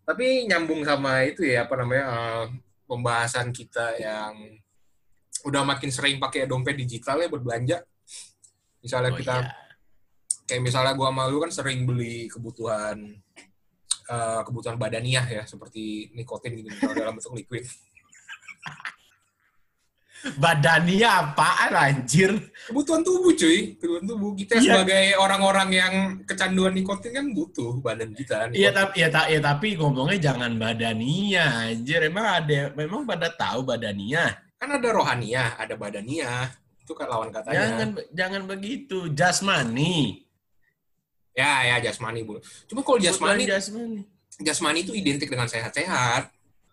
Tapi nyambung sama itu ya, apa namanya, pembahasan kita yang udah makin sering pakai dompet digital ya buat belanja. Misalnya Oh kita, iya. kayak misalnya gua sama lu kan sering beli kebutuhan badaniah ya, seperti nikotin gitu misalnya dalam bentuk liquid. Badannya apaan anjir? Kebutuhan tubuh cuy, kebutuhan tubuh. Kita Iya, sebagai orang-orang yang kecanduan nikotin kan butuh badan kita iya nikotin. tapi tapi ngomongnya jangan badania anjir. Memang pada tahu badania. Kan ada rohaniah, ada badaniah. Itu kan lawan katanya. Jangan begitu. Jasmani. Ya, jasmani, Bu. Cuma kalau Kebutuhan jasmani, jasmani. jasmani itu identik dengan sehat-sehat.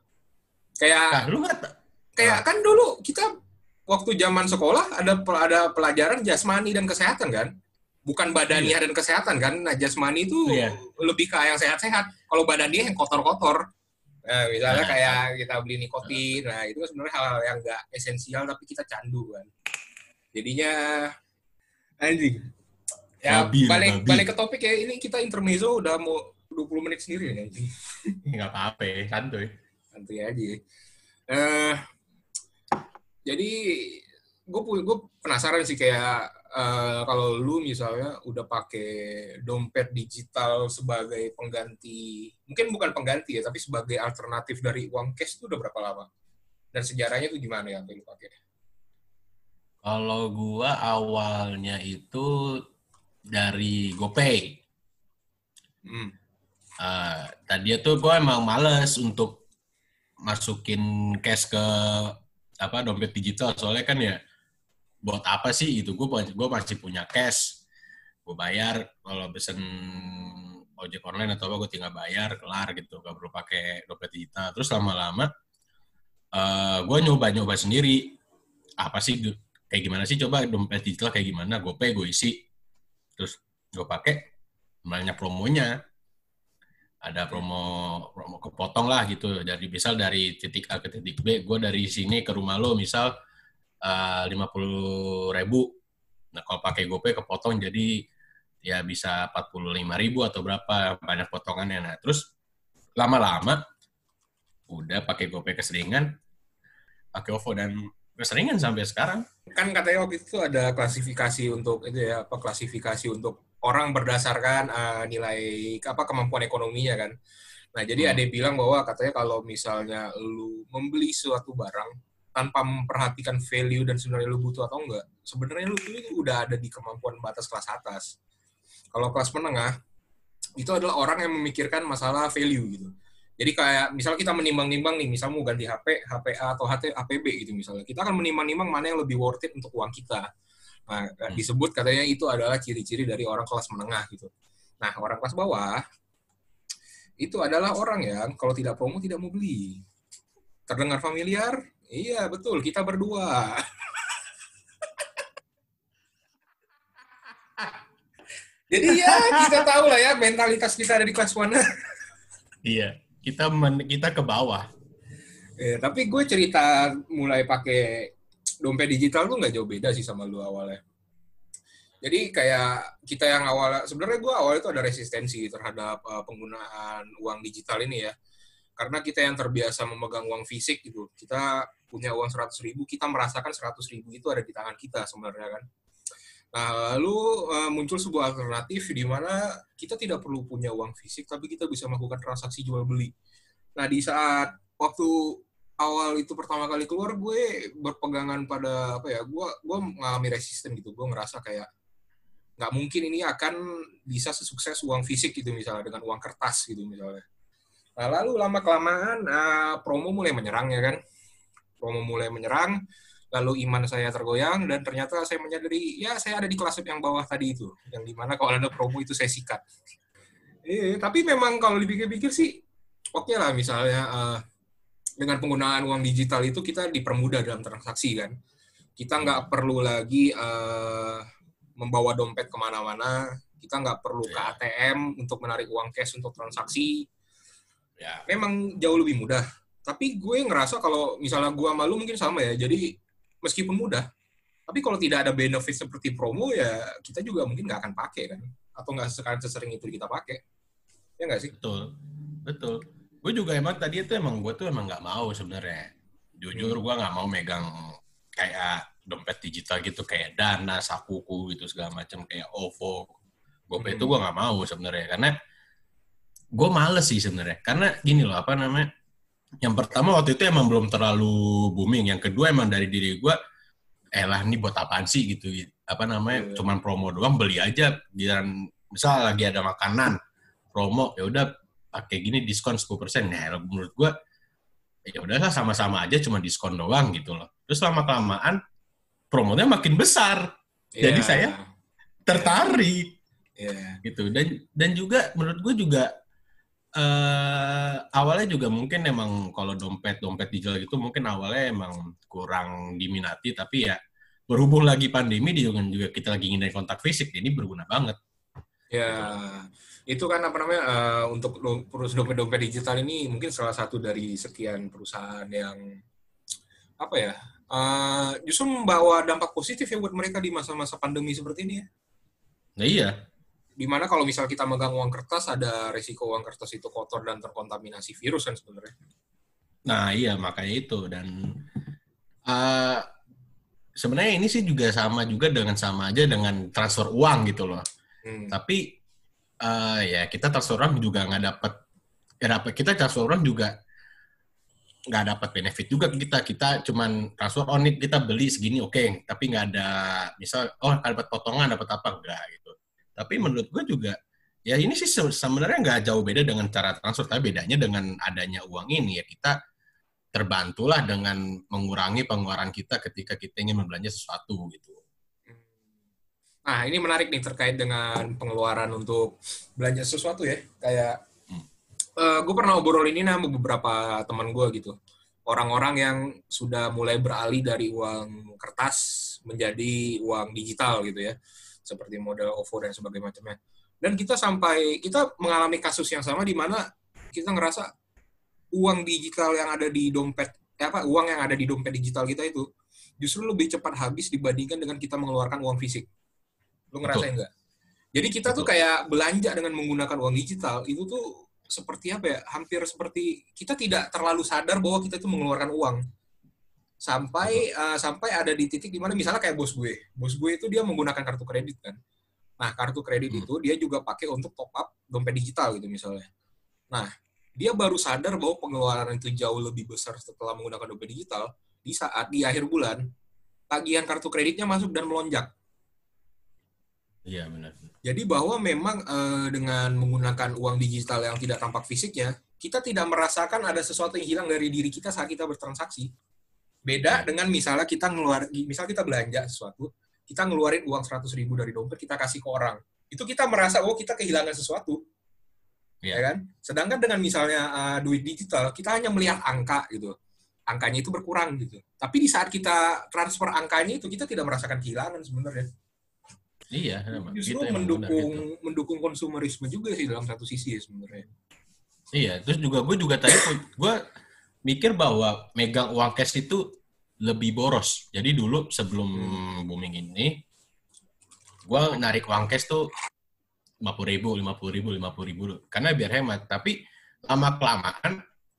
Nah, Kayak lu nggak kayak kan dulu kita waktu zaman sekolah ada pelajaran jasmani dan kesehatan kan? Bukan iya, badaniah dan kesehatan kan? Nah, jasmani itu iya. lebih ke yang sehat-sehat. Kalau badaniah yang kotor-kotor. Nah, misalnya Nah, kayak kita beli nikotin, nah itu kan sebenarnya hal-hal yang nggak esensial tapi kita candu kan. Jadinya anjing. Ya babi lu, balik babi. balik ke topik ya, ini kita intermezzo udah mau 20 menit sendiri ya anjing. Nggak apa-apa, santuy. Santai aja. Eh jadi gue penasaran sih kayak kalau lu misalnya udah pakai dompet digital sebagai pengganti, mungkin bukan pengganti ya, tapi sebagai alternatif dari uang cash itu udah berapa lama? Dan sejarahnya tuh gimana ya yang lu pakai? Kalau gua awalnya itu dari GoPay. Hmm. Tadi tuh gua emang males untuk masukin cash ke dompet digital, soalnya kan ya buat apa sih itu, gue masih punya cash, gue bayar kalau pesen ojek online atau apa gue tinggal bayar kelar gitu, gak perlu pakai dompet digital. Terus lama-lama gue nyoba sendiri apa sih kayak gimana sih, coba dompet digital kayak gimana, GoPay gue isi, terus gue pakai, banyak promonya, ada promo kepotong lah gitu, dari misal dari titik A ke titik B, gue dari sini ke rumah lo misal 50.000. Nah kalau pakai GoPay kepotong jadi ya bisa 45.000 atau berapa, banyak potongannya. Nah terus lama-lama udah pakai GoPay keseringan, pakai OVO dan keseringan sampai sekarang. Kan katanya waktu itu ada klasifikasi untuk itu ya, apa klasifikasi untuk orang berdasarkan nilai apa kemampuan ekonominya kan. Nah, jadi ada yang bilang bahwa katanya kalau misalnya lu membeli suatu barang tanpa memperhatikan value dan sebenarnya lu butuh atau enggak, sebenarnya lu tuh udah ada di kemampuan batas kelas atas. Kalau kelas menengah, itu adalah orang yang memikirkan masalah value gitu. Jadi kayak misal kita menimbang-nimbang nih, misal mau ganti HP, HPA atau HPB gitu misalnya. Kita akan menimbang-nimbang mana yang lebih worth it untuk uang kita. Nah, disebut katanya itu adalah ciri-ciri dari orang kelas menengah gitu. Nah, orang kelas bawah itu adalah orang yang kalau tidak promo tidak mau beli. Terdengar familiar? Iya, betul. Kita berdua. Jadi ya, kita tahu lah ya mentalitas kita ada di kelas mana. Iya, kita ke bawah. Tapi gue cerita mulai pakai dompet digital tuh nggak jauh beda sih sama lu awalnya. Jadi kayak kita yang awal, sebenarnya gue awalnya tuh ada resistensi terhadap penggunaan uang digital ini ya. Karena kita yang terbiasa memegang uang fisik gitu. Kita punya uang 100.000, kita merasakan 100.000 itu ada di tangan kita sebenarnya kan. Nah, lalu muncul sebuah alternatif di mana kita tidak perlu punya uang fisik, tapi kita bisa melakukan transaksi jual beli. Nah, di saat waktu awal itu pertama kali keluar, gue berpegangan pada apa ya? Gue mengalami resisten gitu. Gue ngerasa kayak nggak mungkin ini akan bisa sesukses uang fisik gitu misalnya dengan uang kertas gitu misalnya. Nah, lalu lama kelamaan promo mulai menyerang ya kan. Promo mulai menyerang, lalu iman saya tergoyang dan ternyata saya menyadari ya saya ada di kelas yang bawah tadi itu, yang dimana kalau ada promo itu saya sikat. Tapi memang kalau dipikir-pikir sih oke lah misalnya dengan penggunaan uang digital itu kita dipermudah dalam transaksi kan. Kita nggak perlu lagi membawa dompet kemana-mana, kita nggak perlu ke ATM untuk menarik uang cash untuk transaksi. Memang jauh lebih mudah. Tapi gue ngerasa kalau misalnya gue malu mungkin sama ya. Jadi meskipun mudah, tapi kalau tidak ada benefit seperti promo ya kita juga mungkin nggak akan pakai kan. Atau nggak sesering itu kita pakai. Ya nggak sih? Betul, betul. Gue juga emang tadi itu emang gue tuh emang nggak mau sebenarnya. Jujur gue nggak mau megang kayak dompet digital gitu kayak Dana, Sakuku gitu segala macam kayak OVO, GoPay itu gue nggak mau sebenarnya karena gue males sih sebenarnya. Karena gini loh apa namanya? Yang pertama waktu itu emang belum terlalu booming. Yang kedua emang dari diri gue, lah ini buat apaan sih gitu. Apa namanya? Cuman promo doang beli aja. Dan misal lagi ada makanan promo ya udah pakai gini diskon 10%. Nah, menurut gue ya udahlah sama-sama aja cuma diskon doang gitu loh. Terus lama-kelamaan promonya makin besar. Jadi saya tertarik. Gitu. Dan juga menurut gue juga awalnya juga mungkin emang kalau dompet digital gitu mungkin awalnya emang kurang diminati, tapi ya berhubung lagi pandemi juga kita lagi ngindari kontak fisik, jadi berguna banget. Ya, itu kan apa namanya untuk dompet digital ini mungkin salah satu dari sekian perusahaan yang apa ya justru membawa dampak positif ya buat mereka di masa-masa pandemi seperti ini ya. Nah iya. Dimana kalau misal kita megang uang kertas ada resiko uang kertas itu kotor dan terkontaminasi virus kan sebenarnya. Nah iya makanya itu dan sebenarnya ini sih juga sama aja dengan transfer uang gitu loh. Tapi ya kita transfer uang juga nggak dapat kita transfer uang juga nggak dapat benefit juga kita cuman transfer kita beli segini oke, tapi nggak ada misal dapat potongan dapat apa enggak gitu. Tapi menurut gue juga ya ini sih sebenarnya nggak jauh beda dengan cara transfer, tapi bedanya dengan adanya uang ini ya kita terbantulah dengan mengurangi pengeluaran kita ketika kita ingin membelanja sesuatu gitu. Nah ini menarik nih terkait dengan pengeluaran untuk belanja sesuatu ya, kayak gue pernah obrol ini sama beberapa teman gue gitu. Orang-orang yang sudah mulai beralih dari uang kertas menjadi uang digital gitu ya. Seperti model OVO dan sebagainya macamnya. Dan kita mengalami kasus yang sama di mana kita ngerasa uang digital yang ada di dompet, uang yang ada di dompet digital kita itu justru lebih cepat habis dibandingkan dengan kita mengeluarkan uang fisik. Lu ngerasain nggak? Jadi kita tuh kayak belanja dengan menggunakan uang digital itu tuh seperti apa ya? Hampir seperti kita tidak terlalu sadar bahwa kita itu mengeluarkan uang. Sampai ada di titik di mana misalnya kayak bos gue itu dia menggunakan kartu kredit kan. Nah, kartu kredit itu dia juga pakai untuk top up dompet digital gitu misalnya. Nah, dia baru sadar bahwa pengeluaran itu jauh lebih besar setelah menggunakan dompet digital di saat di akhir bulan tagihan kartu kreditnya masuk dan melonjak. Iya benar. Jadi bahwa memang dengan menggunakan uang digital yang tidak tampak fisiknya, kita tidak merasakan ada sesuatu yang hilang dari diri kita saat kita bertransaksi. Beda dengan misalnya misal kita belanja sesuatu, kita ngeluarin uang 100.000 dari dompet, kita kasih ke orang. Itu kita merasa kita kehilangan sesuatu. Ya kan? Sedangkan dengan misalnya duit digital, kita hanya melihat angka gitu. Angkanya itu berkurang gitu. Tapi di saat kita transfer angkanya itu, kita tidak merasakan kehilangan sebenarnya. Iya, justru mendukung konsumerisme juga sih dalam satu sisi ya sebenarnya. Iya, terus gue juga tadi gue mikir bahwa megang uang cash itu lebih boros. Jadi dulu sebelum booming ini, gue narik uang cash tuh 50.000 karena biar hemat. Tapi lama-kelamaan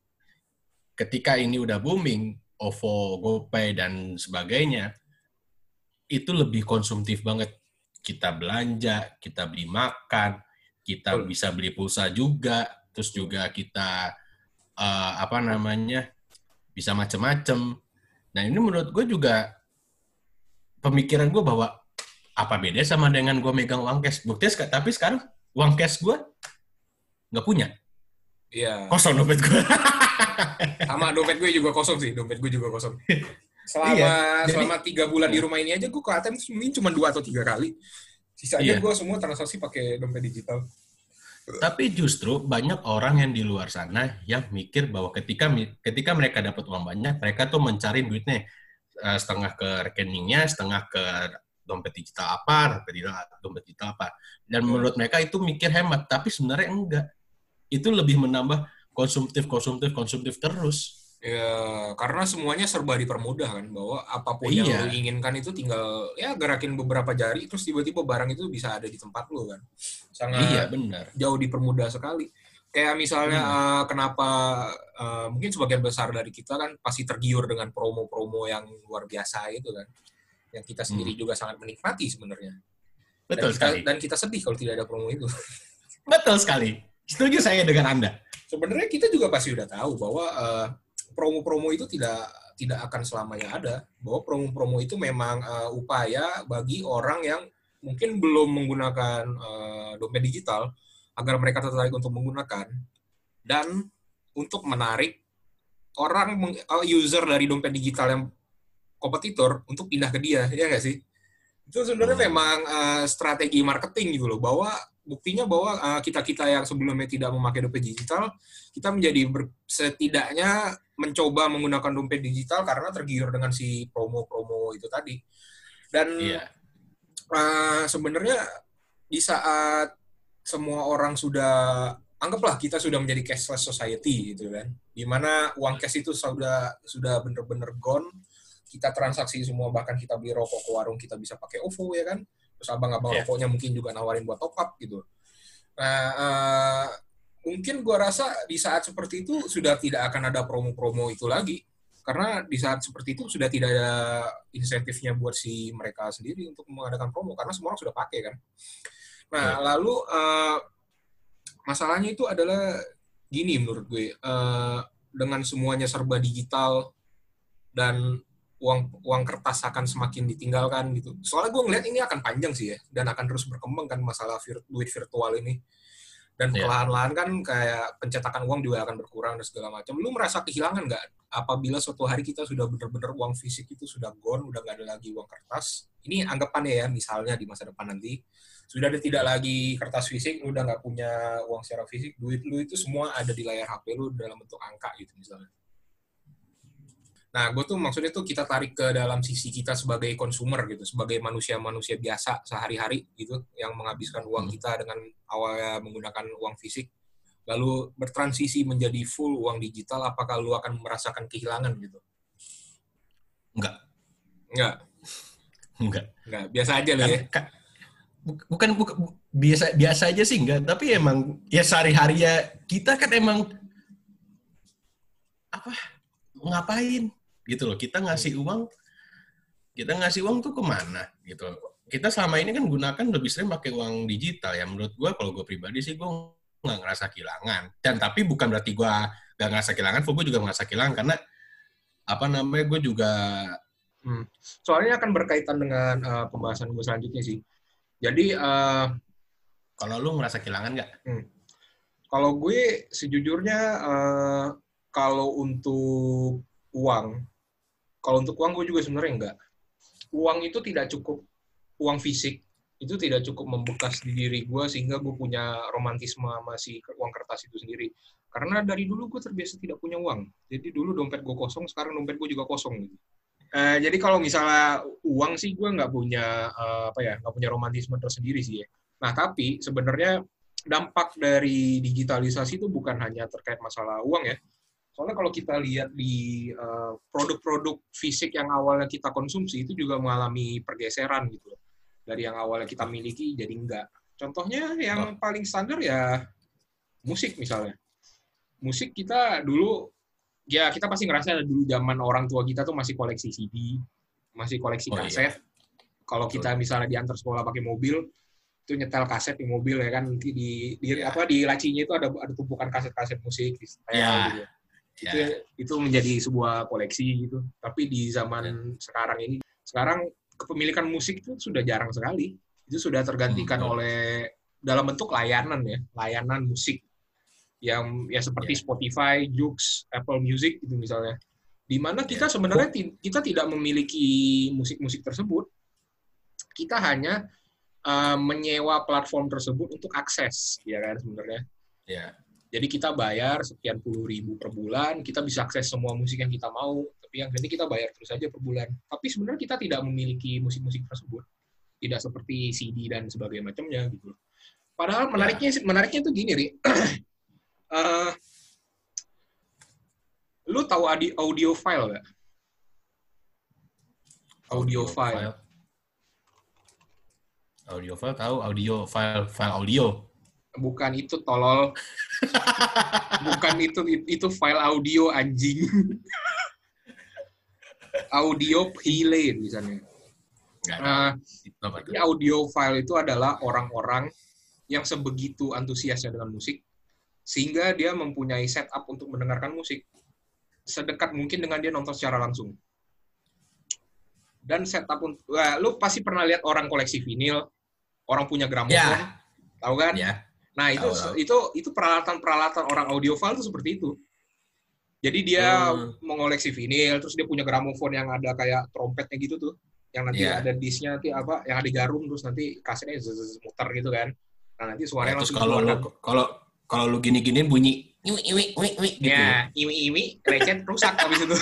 ketika ini udah booming, OVO, GoPay dan sebagainya, itu lebih konsumtif banget. Kita belanja, kita beli makan, kita bisa beli pulsa juga, terus juga kita bisa macem-macem. Nah ini menurut gue juga pemikiran gue bahwa apa beda sama dengan gue megang uang cash. Buktinya tapi sekarang uang cash gue nggak punya. Iya. Kosong dompet gue. Sama dompet gue juga kosong sih, Selama 3 bulan di rumah ini aja gue ke ATM mungkin cuma 2 atau 3 kali. Sisanya gue semua transaksi pakai dompet digital. Tapi justru banyak orang yang di luar sana yang mikir bahwa ketika mereka dapat uang banyak, mereka tuh mencari duitnya setengah ke rekeningnya, setengah ke dompet digital apa. Dan menurut mereka itu mikir hemat, tapi sebenarnya enggak. Itu lebih menambah konsumtif terus. Ya, karena semuanya serba dipermudah kan, bahwa apapun yang lo inginkan itu tinggal gerakin beberapa jari, terus tiba-tiba barang itu bisa ada di tempat lo kan. Sangat jauh dipermudah sekali. Kayak misalnya kenapa mungkin sebagian besar dari kita kan pasti tergiur dengan promo-promo yang luar biasa itu kan, yang kita sendiri juga sangat menikmati sebenarnya. Betul sekali. Dan kita sedih kalau tidak ada promo itu. Betul sekali. Setuju saya dengan Anda. Sebenarnya kita juga pasti udah tahu bahwa promo-promo itu tidak akan selamanya ada. Bahwa promo-promo itu memang upaya bagi orang yang mungkin belum menggunakan dompet digital agar mereka tertarik untuk menggunakan, dan untuk menarik orang user dari dompet digital yang kompetitor untuk pindah ke dia, ya nggak sih? Itu sebenarnya memang strategi marketing gitu loh, bahwa buktinya bahwa kita yang sebelumnya tidak memakai dompet digital, kita menjadi setidaknya mencoba menggunakan dompet digital karena tergiur dengan si promo-promo itu tadi. Dan sebenarnya di saat semua orang sudah, anggaplah kita sudah menjadi cashless society gitu kan, dimana uang cash itu sudah benar-benar gone. Kita transaksi semua, bahkan kita beli rokok ke warung kita bisa pakai OVO ya kan, terus abang-abang rokoknya mungkin juga nawarin buat top up gitu. Nah mungkin gua rasa di saat seperti itu sudah tidak akan ada promo-promo itu lagi, karena di saat seperti itu sudah tidak ada insentifnya buat si mereka sendiri untuk mengadakan promo karena semua orang sudah pakai kan. Nah, lalu masalahnya itu adalah gini menurut gue, dengan semuanya serba digital dan uang kertas akan semakin ditinggalkan gitu. Soalnya gue ngeliat ini akan panjang sih ya, dan akan terus berkembang kan masalah duit virtual ini. Dan perlahan-lahan kan kayak pencetakan uang juga akan berkurang dan segala macam. Lu merasa kehilangan nggak apabila suatu hari kita sudah benar-benar uang fisik itu sudah gone, udah nggak ada lagi uang kertas? Ini anggapannya ya, misalnya di masa depan nanti sudah ada tidak lagi kertas fisik, lu udah nggak punya uang secara fisik, duit lu itu semua ada di layar HP lu dalam bentuk angka gitu misalnya. Nah, gue tuh maksudnya tuh kita tarik ke dalam sisi kita sebagai konsumer gitu, sebagai manusia-manusia biasa sehari-hari gitu, yang menghabiskan uang kita dengan awalnya menggunakan uang fisik, lalu bertransisi menjadi full uang digital, apakah lu akan merasakan kehilangan gitu? Enggak. Biasa aja loh ya. Bukan biasa aja sih enggak, tapi emang ya sehari-hari ya kita kan emang ngapain gitu loh, kita ngasih uang tuh kemana gitu. Kita selama ini kan gunakan lebih sering pakai uang digital ya. Menurut gue, kalau gue pribadi sih gue nggak ngerasa kehilangan. Dan tapi bukan berarti gue nggak ngerasa kehilangan, gue juga ngerasa kehilangan karena gue juga soalnya akan berkaitan dengan pembahasan gue selanjutnya sih. Jadi kalau lu ngerasa kehilangan nggak? Kalau gue sejujurnya kalau untuk uang gue juga sebenarnya enggak. Uang itu tidak cukup, uang fisik itu tidak cukup membekas di diri gue sehingga gue punya romantisme sama si uang kertas itu sendiri. Karena dari dulu gue terbiasa tidak punya uang. Jadi dulu dompet gue kosong, sekarang dompet gue juga kosong gitu. Jadi kalau misalnya uang sih gue nggak punya nggak punya romantisme tersendiri sih ya. Nah tapi sebenarnya dampak dari digitalisasi itu bukan hanya terkait masalah uang ya. Soalnya kalau kita lihat di produk-produk fisik yang awalnya kita konsumsi itu juga mengalami pergeseran gitu. Dari yang awalnya kita miliki jadi enggak. Contohnya yang paling standar ya musik misalnya. Musik kita dulu, ya kita pasti ngerasa dulu zaman orang tua kita tuh masih koleksi CD, masih koleksi kaset. Kalau kita misalnya diantar sekolah pakai mobil, itu nyetel kaset di mobil ya kan, nanti di lacinya itu ada tumpukan kaset-kaset musik di setel gitu. Itu menjadi sebuah koleksi gitu. Tapi di zaman sekarang kepemilikan musik itu sudah jarang sekali. Itu sudah tergantikan oleh dalam bentuk layanan musik yang ya seperti Spotify, Joox, Apple Music gitu misalnya. Di mana kita sebenarnya kita tidak memiliki musik-musik tersebut. Kita hanya menyewa platform tersebut untuk akses, ya kan sebenarnya. Jadi kita bayar sekian puluh ribu per bulan, kita bisa akses semua musik yang kita mau, tapi yang penting kita bayar terus aja per bulan. Tapi sebenarnya kita tidak memiliki musik-musik tersebut, tidak seperti CD dan sebagainya macamnya gitu. Padahal menariknya itu gini, Ri. Lu tahu audio file nggak? Audio file tahu, audio file audio. Bukan itu tolol. Bukan itu file audio anjing. Audio play misalnya. Jadi audio file itu adalah orang-orang yang sebegitu antusiasnya dengan musik sehingga dia mempunyai setup untuk mendengarkan musik sedekat mungkin dengan dia nonton secara langsung. Dan setup lu pasti pernah lihat orang koleksi vinil, orang punya gramofon, tahu kan? Yeah. Nah, itu peralatan orang audiophile itu seperti itu. Jadi dia mengoleksi vinil, terus dia punya gramofon yang ada kayak trompetnya gitu tuh, yang nanti ada disknya nanti yang ada jarum, terus nanti kasetnya muter gitu kan. Nah, nanti suaranya langsung keluarkan. Kalau lu gini-gini bunyi iwi gitu. Ya, iwi recet rusak habis itu.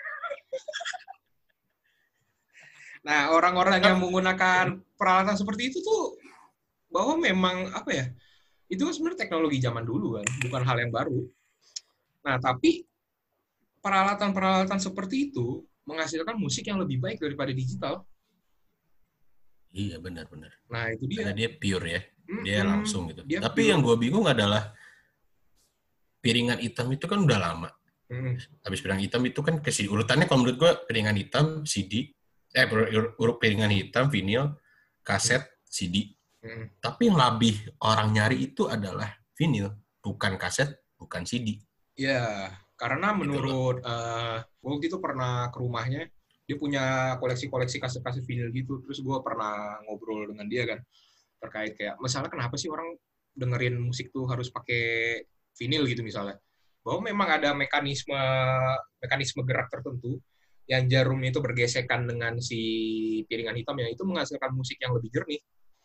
Nah, orang-orang yang menggunakan peralatan seperti itu tuh bahwa memang apa ya? Itu kan sebenarnya teknologi zaman dulu kan, bukan hal yang baru. Nah, tapi peralatan-peralatan seperti itu menghasilkan musik yang lebih baik daripada digital. Iya, benar. Nah, itu dia. Karena dia pure ya. Dia langsung gitu. Tapi pure. Yang gue bingung adalah piringan hitam itu kan udah lama. Habis piringan hitam itu kan urutannya kalau menurut gue piringan hitam, CD, urut piringan hitam, vinyl, kaset, CD. Tapi yang lebih orang nyari itu adalah vinyl, bukan kaset, bukan CD. Ya, karena menurut waktu itu pernah ke rumahnya, dia punya koleksi-koleksi kaset-kaset vinyl gitu, terus gue pernah ngobrol dengan dia kan, terkait kayak, misalnya kenapa sih orang dengerin musik tuh harus pakai vinyl gitu misalnya. Bahwa memang ada mekanisme gerak tertentu, yang jarumnya itu bergesekan dengan si piringan hitam, yang itu menghasilkan musik yang lebih jernih.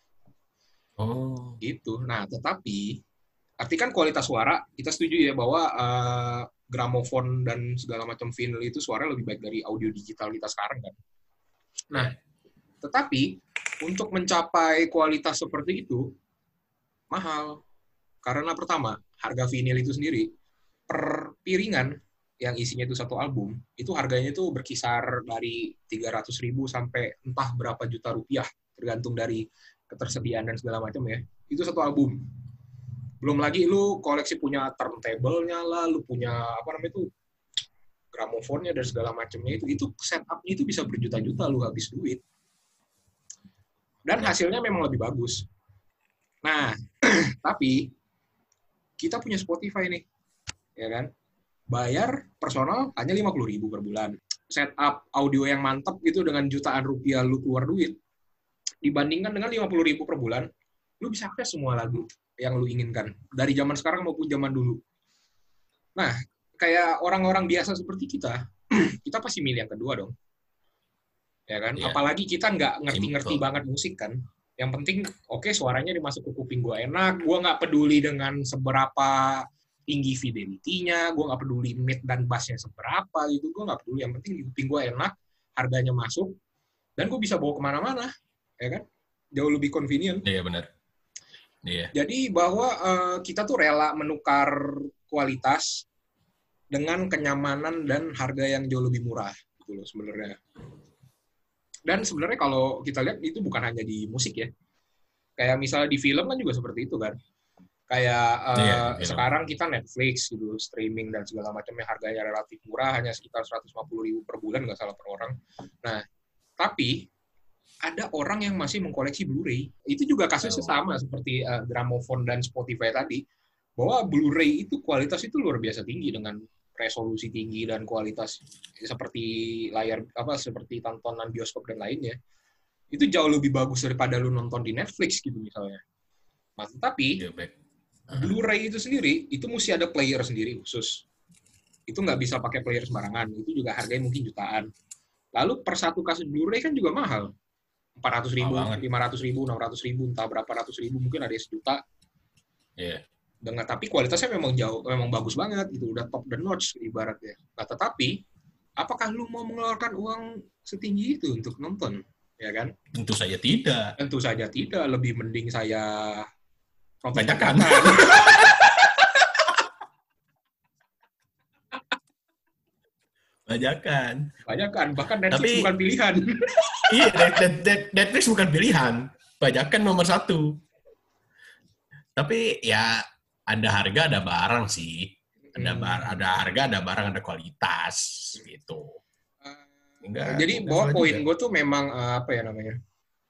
Gitu. Nah, tetapi artikan kualitas suara, kita setuju ya bahwa gramofon dan segala macam vinyl itu suara lebih baik dari audio digital kita sekarang kan. Nah, tetapi untuk mencapai kualitas seperti itu mahal. Karena pertama, harga vinyl itu sendiri per piringan yang isinya itu satu album, itu harganya itu berkisar dari 300.000 sampai entah berapa juta rupiah, tergantung dari ketersediaan dan segala macam ya. Itu satu album. Belum lagi lu koleksi punya turntable-nya lah, lu punya gramofonnya dan segala macamnya itu setup-nya itu bisa berjuta-juta lu habis duit. Dan hasilnya memang lebih bagus. Nah, tapi kita punya Spotify nih. Ya kan? Bayar personal hanya 50.000 per bulan. Setup audio yang mantap gitu dengan jutaan rupiah lu keluar duit. Dibandingkan dengan 50.000 per bulan, lu bisa akses semua lagu yang lu inginkan. Dari zaman sekarang maupun zaman dulu. Nah, kayak orang-orang biasa seperti kita, kita pasti milih yang kedua dong. Ya kan? Yeah. Apalagi kita nggak ngerti-ngerti banget musik kan. Yang penting, oke, suaranya dimasuk ke kuping gue enak, gue nggak peduli dengan seberapa tinggi fidelity-nya, gue nggak peduli mid dan bass-nya seberapa, gitu. Gue nggak peduli, yang penting di kuping gue enak, harganya masuk, dan gue bisa bawa kemana-mana. Ya kan? Jauh lebih convenient. Iya, benar. Iya. Jadi bahwa kita tuh rela menukar kualitas dengan kenyamanan dan harga yang jauh lebih murah gitu loh sebenarnya. Dan sebenarnya kalau kita lihat itu bukan hanya di musik ya. Kayak misalnya di film kan juga seperti itu kan. Kayak sekarang kita Netflix gitu, streaming dan segala macamnya harganya relatif murah, hanya sekitar 150.000 per bulan nggak salah per orang. Nah, tapi ada orang yang masih mengkoleksi Blu-ray. Itu juga kasusnya sama seperti gramofon dan Spotify tadi. Bahwa Blu-ray itu kualitas itu luar biasa tinggi dengan resolusi tinggi dan kualitas seperti seperti tontonan bioskop dan lainnya. Itu jauh lebih bagus daripada lu nonton di Netflix gitu misalnya. Nah, tapi Blu-ray itu sendiri itu mesti ada player sendiri khusus. Itu nggak bisa pakai player sembarangan. Itu juga harganya mungkin jutaan. Lalu per satu kaset Blu-ray kan juga mahal. 400.000, 500.000, 600.000, entah berapa ratus ribu, mungkin ada sejuta. Iya. Yeah. Tapi kualitasnya memang bagus banget, gitu, udah top the notch ibaratnya. Nah, tetapi apakah lu mau mengeluarkan uang setinggi itu untuk nonton, ya kan? Tentu saja tidak. Tentu saja tidak. Lebih mending saya nonton bajakan. Bajakan. Bahkan Netflix bukan pilihan. Iya, Netflix bukan pilihan. Bajakan nomor 1. Tapi ya ada harga, ada barang sih. Ada harga, ada barang, ada kualitas gitu. Jadi bahwa poin gue tuh memang apa ya namanya?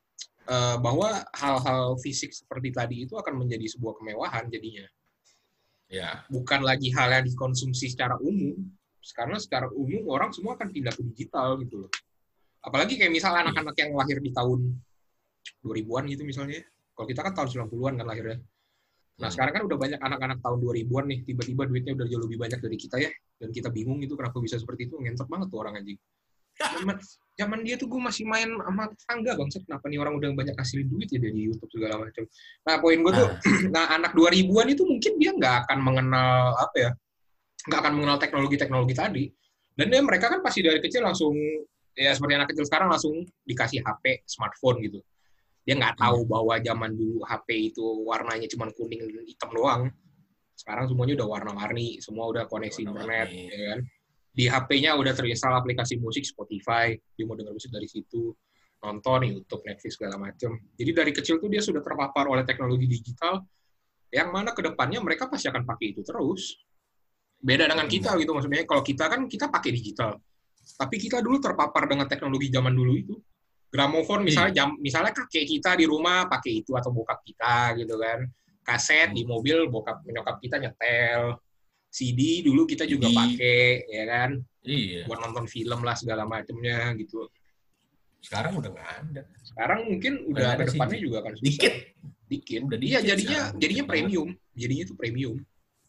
Bahwa hal-hal fisik seperti tadi itu akan menjadi sebuah kemewahan jadinya. Ya. Bukan lagi hal yang dikonsumsi secara umum. Karena secara umum orang semua akan pindah ke digital gitu loh. Apalagi kayak misal anak-anak yang lahir di tahun 2000-an gitu misalnya. Kalau kita kan tahun 90-an kan lahirnya. Nah, sekarang kan udah banyak anak-anak tahun 2000-an nih, tiba-tiba duitnya udah jauh lebih banyak dari kita ya. Dan kita bingung gitu kenapa bisa seperti itu. Ngentot banget tuh orang anjing. Zaman dia tuh gue masih main sama tetangga bangsat, kenapa nih orang udah banyak hasilin duit ya dari YouTube segala macam. Nah, poin gue tuh, nah anak 2000-an itu mungkin dia nggak akan mengenal apa ya, nggak akan mengenal teknologi-teknologi tadi. Dan dia mereka kan pasti dari kecil langsung, ya seperti anak kecil sekarang langsung dikasih HP, smartphone gitu. Dia nggak tahu bahwa zaman dulu HP itu warnanya cuma kuning dan hitam doang. Sekarang semuanya udah warna-warni, semua udah koneksi internet, ya kan. Di HP-nya udah terinstall aplikasi musik Spotify, dia mau dengar musik dari situ, nonton YouTube, Netflix segala macam. Jadi dari kecil tuh dia sudah terpapar oleh teknologi digital, yang mana kedepannya mereka pasti akan pakai itu terus. Beda dengan kita gitu, maksudnya kalau kita kan kita pakai digital, tapi kita dulu terpapar dengan teknologi zaman dulu itu. Gramofon misalnya kakek kita di rumah pakai itu atau bokap kita gitu kan. Kaset di mobil bokap nyokap kita nyetel. CD dulu kita juga pakai, ya kan? Iya. Buat nonton film lah segala macamnya gitu. Sekarang udah nggak ada. Sekarang mungkin udah ke depannya juga kan susah. Dikit. Iya jadinya premium. Jadinya itu premium.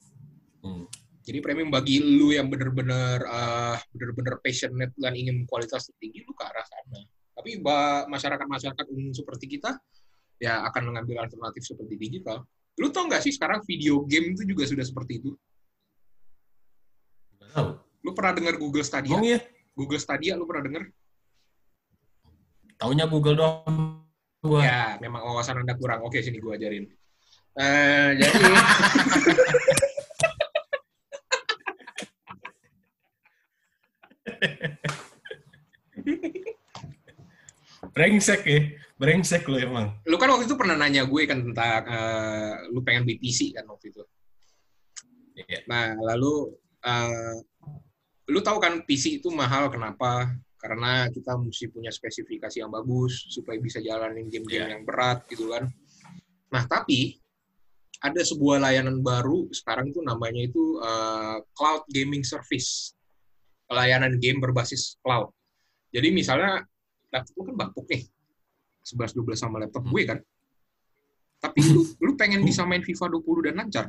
Jadi premium bagi lu yang bener-bener passionate dan ingin kualitas tertinggi, lu ke arah sana. Tapi masyarakat umum seperti kita ya akan mengambil alternatif seperti digital. Lu tau nggak sih sekarang video game itu juga sudah seperti itu? Lu pernah dengar Google Stadia? Oh, iya? Google Stadia lu pernah dengar? Taunya Google doang. Ya, memang wawasan Anda kurang. Oke, sini gua ajarin. Jadi brengsek lu emang. Lu kan waktu itu pernah nanya gue kan tentang lu pengen beli PC kan waktu itu. Iya. Nah, lalu lu tahu kan PC itu mahal kenapa? Karena kita mesti punya spesifikasi yang bagus supaya bisa jalanin game-game yang berat gitu kan. Nah, tapi ada sebuah layanan baru sekarang tuh namanya itu Cloud Gaming Service. Layanan game berbasis cloud. Jadi misalnya laptop lu kan bapuk nih. 11-12 sama laptop gue kan. Tapi lu pengen bisa main FIFA 20 dan lancar?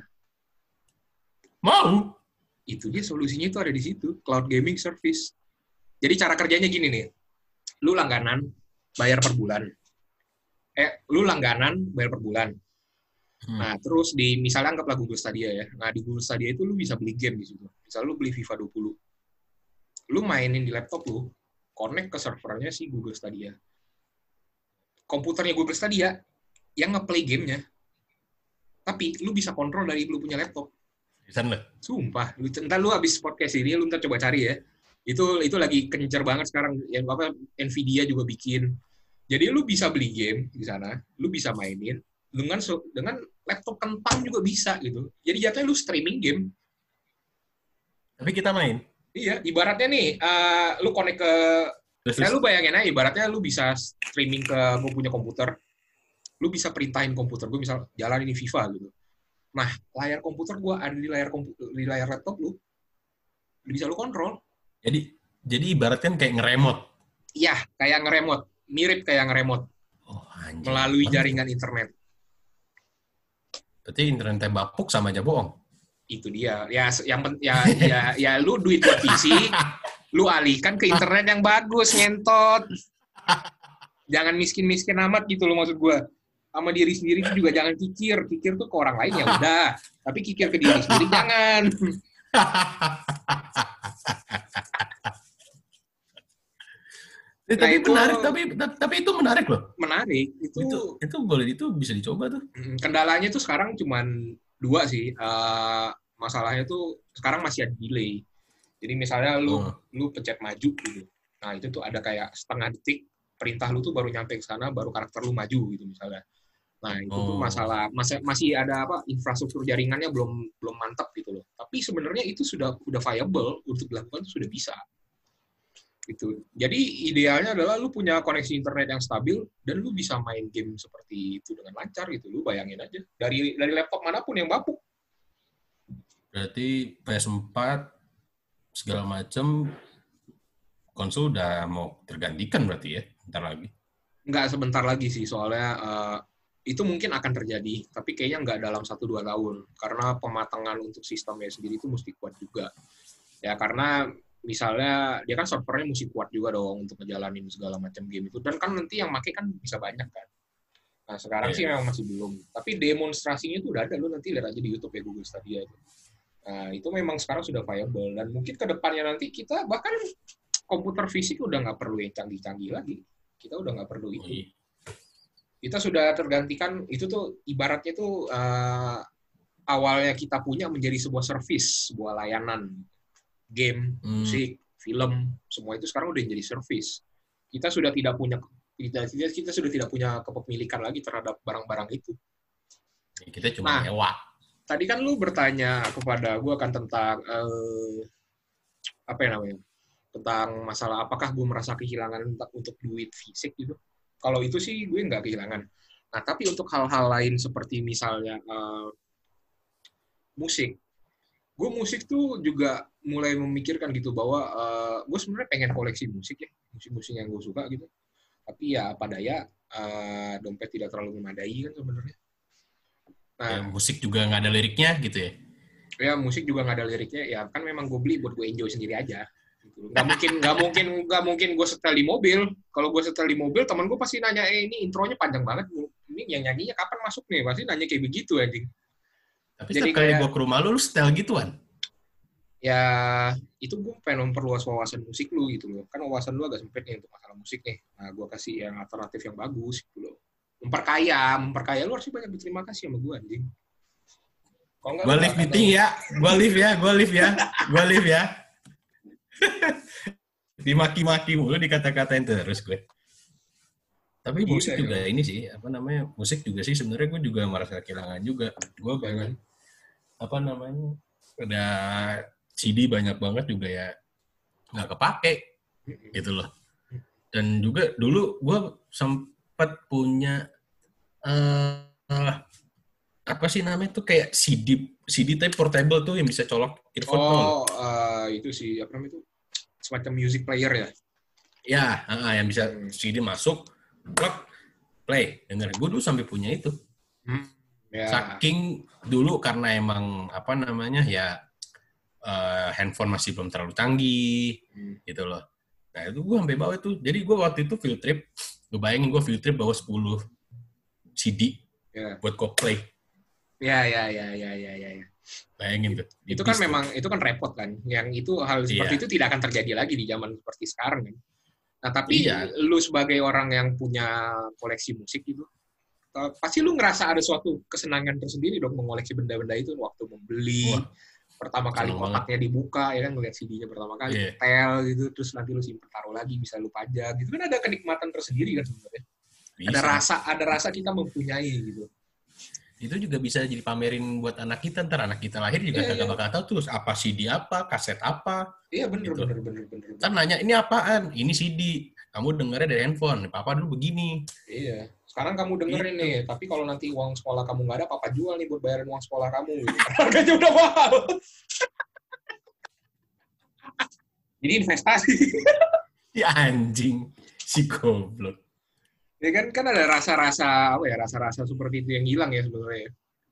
Mau. Itu dia solusinya itu ada di situ, Cloud Gaming Service. Jadi cara kerjanya gini nih. Lu langganan bayar per bulan. Lu langganan bayar per bulan. Nah, terus misalnya anggaplah Google Stadia ya. Nah, di Google Stadia itu lu bisa beli game di situ. Misalnya lu beli FIFA 20. Lu mainin di laptop lu, connect ke servernya si Google Stadia. Komputernya Google Stadia yang nge-play gamenya. Tapi lu bisa kontrol dari lu punya laptop. Bisa nggak? Sumpah, ntar lu habis podcast ini, lu ntar coba cari ya. Itu lagi kencer banget sekarang. Yang apa Nvidia juga bikin. Jadi lu bisa beli game di sana, lu bisa mainin dengan laptop kentang juga bisa gitu. Jadi jatuhnya lu streaming game. Tapi kita main. Iya, ibaratnya nih, lu connect ke, lu bayangin aja, ibaratnya lu bisa streaming ke gue punya komputer, lu bisa perintahin komputer gue, misal jalan ini FIFA gitu. Nah, layar komputer gue ada di layar laptop lu bisa lu kontrol. Jadi ibaratnya kayak ngeremote. Iya, kayak ngeremote, mirip kayak ngeremote. Oh, anjir. Melalui jaringan internet. Berarti internetnya bapuk sama aja bohong. Itu dia. Ya lu duit buat PC, lu alihkan ke internet yang bagus, ngentot. Jangan miskin-miskin amat gitu loh maksud gue. Sama diri sendiri itu juga jangan kikir tuh ke orang lain ya udah, tapi kikir ke diri sendiri jangan. Tapi itu menarik, tapi itu menarik loh. Menarik. Itu boleh, itu bisa dicoba tuh. Kendalanya tuh sekarang cuman 2 sih. Masalahnya tuh sekarang masih ada delay. Jadi misalnya lu pencet maju gitu. Nah, itu tuh ada kayak setengah detik perintah lu tuh baru nyampe ke sana, baru karakter lu maju gitu misalnya. Nah, itu tuh masalah masih ada infrastruktur jaringannya belum mantap gitu loh. Tapi sebenarnya itu udah viable untuk dilakukan, itu sudah bisa. Gitu. Jadi idealnya adalah lu punya koneksi internet yang stabil dan lu bisa main game seperti itu dengan lancar gitu. Lu bayangin aja dari laptop manapun yang bapuk. Berarti PS4 segala macam konsol udah mau tergantikan berarti ya, bentar lagi. Nggak sebentar lagi sih, soalnya itu mungkin akan terjadi, tapi kayaknya nggak dalam 1-2 tahun, karena pematangan untuk sistemnya sendiri itu mesti kuat juga. Ya, karena misalnya, dia kan servernya mesti kuat juga dong untuk ngejalanin segala macam game itu, dan kan nanti yang make kan bisa banyak kan. Nah, sekarang sih memang masih belum. Tapi demonstrasinya itu udah ada, lu nanti lihat aja di YouTube ya, Google Stadia itu. Nah, itu memang sekarang sudah viable, dan mungkin ke depannya nanti kita bahkan komputer fisik udah nggak perlu yang canggih-canggih lagi. Kita udah nggak perlu itu. Kita sudah tergantikan, itu tuh ibaratnya tuh awalnya kita punya menjadi sebuah service, sebuah layanan. Game, musik, film, semua itu sekarang udah jadi service. Kita sudah tidak punya kepemilikan lagi terhadap barang-barang itu. Kita cuma nyewa. Tadi kan lu bertanya kepada gue kan tentang apa yang namanya? Tentang masalah apakah gue merasa kehilangan untuk duit fisik gitu. Kalau itu sih gue nggak kehilangan. Nah, tapi untuk hal-hal lain seperti misalnya musik, gue musik tuh juga mulai memikirkan gitu bahwa gue sebenarnya pengen koleksi musik ya, musik-musik yang gue suka gitu. Tapi ya apa daya, dompet tidak terlalu memadai kan sebenarnya. Nah, ya, musik juga nggak ada liriknya gitu ya? Ya musik juga nggak ada liriknya, ya kan memang gue beli buat gue enjoy sendiri aja. Nggak mungkin gue setel di mobil. Kalau gue setel di mobil, teman gue pasti nanya, ini intronya panjang banget, ini yang nyanyinya kapan masuk nih? Pasti nanya kayak begitu anjing. Tapi setiap kali gue ke rumah lu setel gituan? Ya, itu gue pengen memperluas wawasan musik lu gitu loh. Kan wawasan lu agak sempit nih untuk masalah musik nih. Nah, gue kasih yang alternatif yang bagus gitu loh. Memperkaya lu harus banyak berterima kasih sama gue anjing. Gue live meeting ya, gue live ya. Dimaki-maki mulu, dikata-katain terus gue. Tapi musik juga ini sih, apa namanya, musik juga sih sebenarnya gue juga merasa kehilangan juga. Gue pengen, apa namanya, udah CD banyak banget juga ya nggak kepake gitu loh. Dan juga dulu gue sempat punya apa sih namanya tuh kayak CD type portable tuh yang bisa colok earphone tuh. Itu sih apa namanya itu semacam music player ya. Ya, yang bisa CD masuk, play. Denger, gue dulu sampai punya itu. Saking dulu karena emang apa namanya ya handphone masih belum terlalu canggih gitu loh. Nah itu gue sampai bawa itu. Jadi gue waktu itu field trip, gue bayangin gue field trip bawa 10 CD buat Coldplay. Ya. Bayangin tuh. Itu kan memang itu kan repot kan. Yang itu hal seperti itu tidak akan terjadi lagi di zaman seperti sekarang kan. Nah tapi lu sebagai orang yang punya koleksi musik gitu, pasti lu ngerasa ada suatu kesenangan tersendiri dong mengoleksi benda-benda itu waktu membeli. Pertama kali kotaknya dibuka ya kan, ngeliat CD-nya pertama kali, tel gitu, terus nanti lu simpen taruh lagi, bisa lu pajang gitu kan, ada kenikmatan tersendiri kan sebenarnya. Ada rasa kita mempunyai gitu. Itu juga bisa jadi pamerin buat anak kita, ntar anak kita lahir juga kagak bakal tahu terus apa CD apa, kaset apa. Iya bener. Ntar nanya ini apaan? Ini CD. Kamu dengernya dari handphone. Papa dulu begini. Iya. Sekarang kamu dengerin nih, tapi kalau nanti uang sekolah kamu nggak ada, papa jual nih buat bayarin uang sekolah kamu. Harganya udah mahal. Jadi investasi. Ya anjing, si goblok. Ya kan ada rasa-rasa rasa-rasa seperti itu yang hilang ya sebenarnya.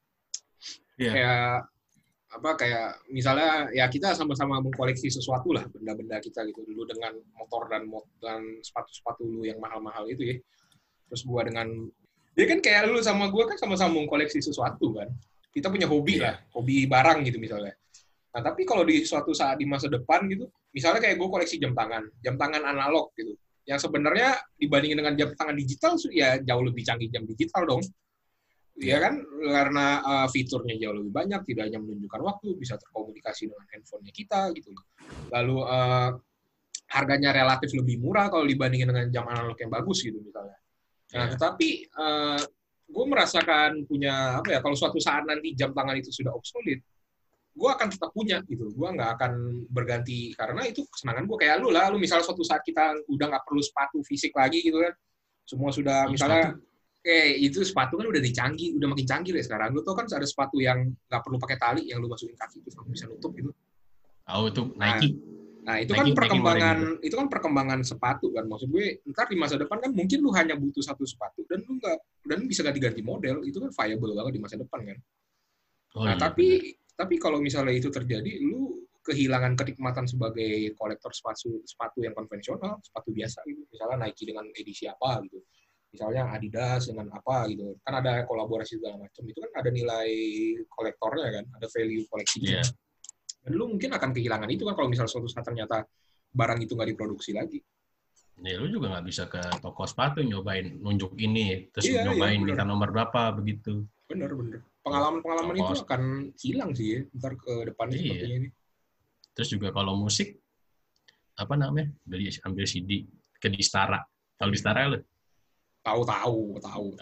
Yeah. Kayak misalnya ya kita sama-sama mengkoleksi sesuatu lah, benda-benda kita gitu dulu dengan motor dan sepatu-sepatu lu yang mahal-mahal itu ya. Terus gua dengan dia kan kayak lu sama gua kan sama-sama mengkoleksi sesuatu kan. Kita punya hobi lah, hobi barang gitu misalnya. Nah, tapi kalau di suatu saat di masa depan gitu, misalnya kayak gua koleksi jam tangan analog gitu. Yang sebenarnya dibandingin dengan jam tangan digital ya jauh lebih canggih jam digital dong. Ya kan, karena fiturnya jauh lebih banyak, tidak hanya menunjukkan waktu, bisa terkomunikasi dengan handphonenya kita gitu. Lalu harganya relatif lebih murah kalau dibandingin dengan jam analog yang bagus gitu misalnya. Nah, tetapi gue merasakan punya apa ya, kalau suatu saat nanti jam tangan itu sudah obsolete, gue akan tetap punya gitu. Gue nggak akan berganti karena itu kesenangan gue. Kayak lu lah, lu misalnya suatu saat kita udah nggak perlu sepatu fisik lagi gitu kan, semua sudah misalnya itu sepatu kan udah dicanggih, udah makin canggih deh sekarang. Lu tau kan ada sepatu yang nggak perlu pakai tali, yang lu masukin kaki itu bisa nutup gitu. Itu Nike. Nah, itu kan perkembangan sepatu kan. Maksud gue, ntar di masa depan kan mungkin lu hanya butuh satu sepatu dan lu bisa ganti-ganti model. Itu kan viable banget di masa depan kan. Tapi kalau misalnya itu terjadi, lu kehilangan kenikmatan sebagai kolektor sepatu yang konvensional, sepatu biasa gitu. Misalnya Nike dengan edisi apa gitu. Misalnya Adidas dengan apa gitu. Kan ada kolaborasi segala macam. Itu kan ada nilai kolektornya kan, ada value koleksinya. Yeah. Dan lu mungkin akan kehilangan itu kan kalau misalnya suatu saat ternyata barang itu nggak diproduksi lagi. Ya, lu juga nggak bisa ke toko sepatu nyobain nunjuk ini, terus nyobain minta nomor berapa, begitu. Bener. Pengalaman itu akan hilang sih ya, ntar ke depannya sepertinya ini. Terus juga kalau musik, apa namanya, ambil CD ke Distara. Tahu Distara lu? Tahu.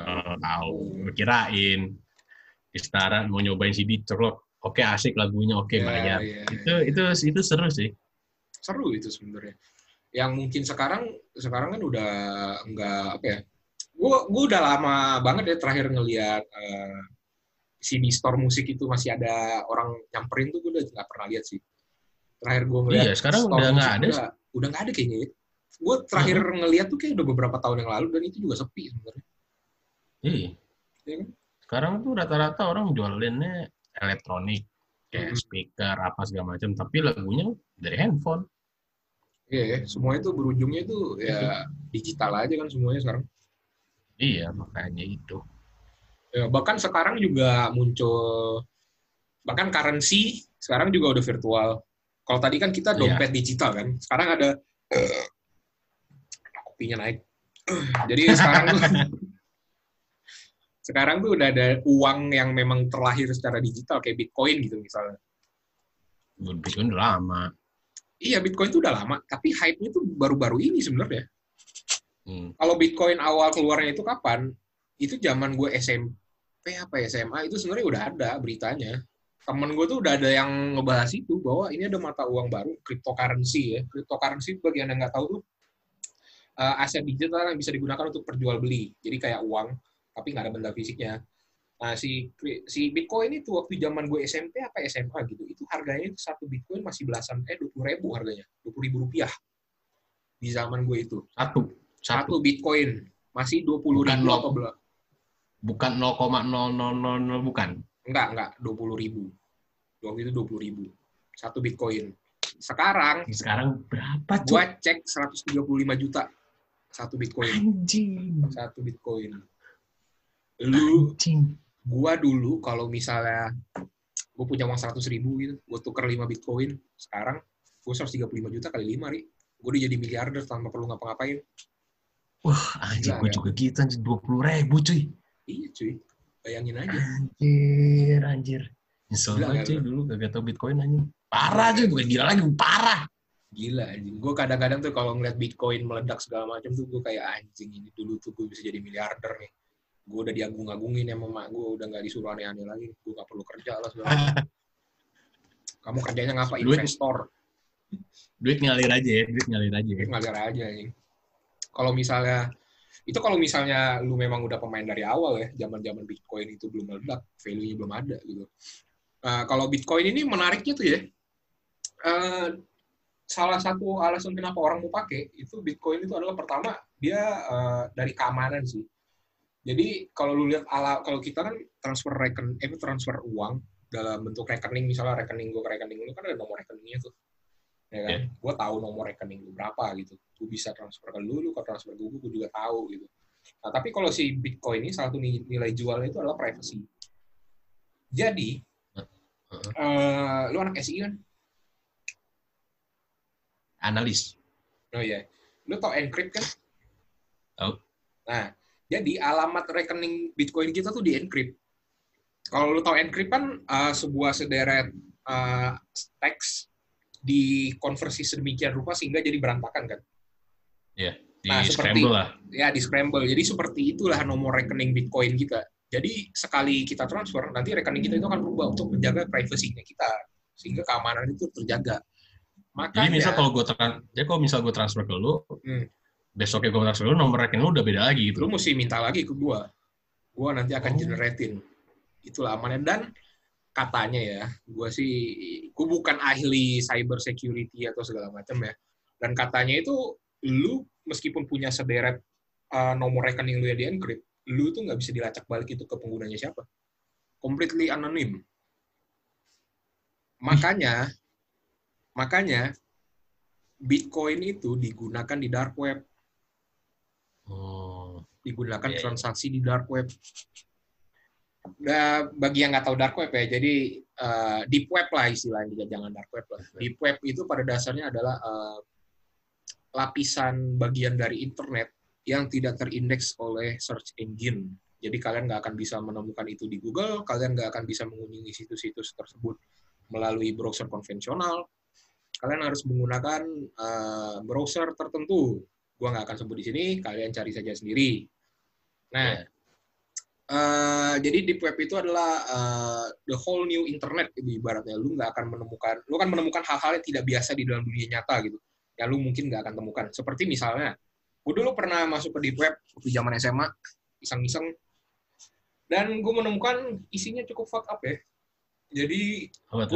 Kirain Distara mau nyobain CD, colok. Oke, asik lagunya, oke, bayar. Itu seru sih. Seru itu sebenarnya. Yang mungkin sekarang kan udah nggak apa ya. Gue udah lama banget ya terakhir ngelihat CD store musik itu masih ada orang nyamperin tuh, gue udah nggak pernah lihat sih. Terakhir gue ngelihat sekarang udah nggak ada. Udah nggak ada kayaknya ya. Gue terakhir ngelihat tuh kayak udah beberapa tahun yang lalu dan itu juga sepi sebenarnya. Iya kan? Sekarang tuh rata-rata orang jualannya elektronik, kayak speaker, apa segala macam, tapi lagunya dari handphone. Iya, semua itu berujungnya itu ya digital aja kan semuanya sekarang. Iya, makanya itu. Ya, bahkan sekarang juga muncul, bahkan currency sekarang juga udah virtual. Kalau tadi kan kita dompet digital kan, sekarang ada kopinya naik. Jadi sekarang tuh udah ada uang yang memang terlahir secara digital, kayak Bitcoin gitu misalnya. Bitcoin udah lama. Iya, Bitcoin itu udah lama, tapi hype-nya tuh baru-baru ini sebenarnya. Kalau Bitcoin awal keluarnya itu kapan? Itu zaman gue SMP SMA, itu sebenarnya udah ada beritanya. Temen gue tuh udah ada yang ngebahas itu, bahwa ini ada mata uang baru, cryptocurrency ya. Cryptocurrency bagi yang nggak tahu tuh, aset digital yang bisa digunakan untuk perjual beli. Jadi kayak uang, tapi nggak ada benda fisiknya. Nah, si Bitcoin itu waktu zaman gue SMP apa SMA gitu, itu harganya satu Bitcoin masih 20.000 harganya, 20.000 rupiah di zaman gue itu. Satu Bitcoin masih 20.000 atau berapa? Bukan 0,000 bukan? Enggak 20.000. Waktu itu 20.000 satu Bitcoin. Sekarang berapa tuh? Gue cek 135 juta satu Bitcoin. Anjing. Satu Bitcoin. Gua dulu kalau misalnya gue punya uang 100.000 gitu, gue tuker 5 Bitcoin, sekarang gue 135 juta kali 5, gue udah jadi miliarder tanpa perlu ngapa-ngapain. Wah, anjing, gue juga gitu, 20.000 cuy. Iya cuy, bayangin aja. Anjir. Nyesel banget cuy, dulu gak tau Bitcoin anjing. Parah cuy, bukan gila lagi, parah. Gila anjing, gue kadang-kadang tuh kalau ngeliat Bitcoin meledak segala macam tuh gue kayak anjing, ini dulu tuh gue bisa jadi miliarder nih. Gue udah diagung-agungin sama mak gue, udah gak disuruh aneh-aneh lagi. Gue gak perlu kerja lah segala. Kamu kerjanya ngapa? Investor. Duit ngalir aja ya. Duit ngalir aja. Kalau misalnya lu memang udah pemain dari awal ya, zaman-zaman Bitcoin itu belum meledak, value-nya belum ada gitu. Kalau Bitcoin ini menariknya tuh ya, salah satu alasan kenapa orang mau pakai, itu Bitcoin itu adalah pertama, dia dari keamanan sih. Jadi kalau lu lihat kalau kita kan transfer uang dalam bentuk rekening, misalnya rekening gue ke rekening lu kan ada nomor rekeningnya tuh, ya kan? Yeah. Gue tahu nomor rekening lu berapa gitu, gue bisa transfer ke lu ke transfer gue juga tahu gitu. Nah tapi kalau si Bitcoin ini salah satu nilai jualnya itu adalah privacy. Jadi lu anak SI kan? Analis. Oh iya, lu tau encrypt kan? Tahu. Nah. Jadi alamat rekening Bitcoin kita tuh di-encrypt. Kalau lu tahu encrypt kan sebuah sederet teks dikonversi sedemikian rupa sehingga jadi berantakan kan? Iya, di-scramble lah. Ya, di-scramble. Jadi seperti itulah nomor rekening Bitcoin kita. Jadi sekali kita transfer, nanti rekening kita itu akan berubah untuk menjaga privasinya kita, sehingga keamanan itu terjaga. Jadi misal Makanya, kalau misal gue transfer ke lu, hmm, besoknya gue transfer ke lu, nomor rekening lu udah beda lagi gitu. lu mesti minta lagi ke gua nanti akan Oh. generatein. Itulah amannya. Dan katanya ya, gue bukan ahli cyber security atau segala macam ya. Dan katanya itu, lu meskipun punya sederet nomor rekening lu yang di-encrypt, lu tuh nggak bisa dilacak balik itu ke penggunanya siapa. Completely anonim. Makanya Bitcoin itu digunakan di dark web. Digunakan transaksi di dark web. Nah, bagi yang nggak tahu dark web ya, jadi deep web lah istilahnya, jangan dark web lah. Deep web itu pada dasarnya adalah lapisan bagian dari internet yang tidak terindeks oleh search engine. Jadi kalian nggak akan bisa menemukan itu di Google, kalian nggak akan bisa mengunjungi situs-situs tersebut melalui browser konvensional. Kalian harus menggunakan browser tertentu. Gua nggak akan sebut di sini, kalian cari saja sendiri. Nah, jadi deep web itu adalah the whole new internet, gitu, ibaratnya. Lu akan menemukan hal-hal yang tidak biasa di dalam dunia nyata gitu. Ya lu mungkin nggak akan temukan. Seperti misalnya, gue dulu pernah masuk ke deep web waktu zaman SMA, iseng-iseng, dan gue menemukan isinya cukup fuck up ya. Jadi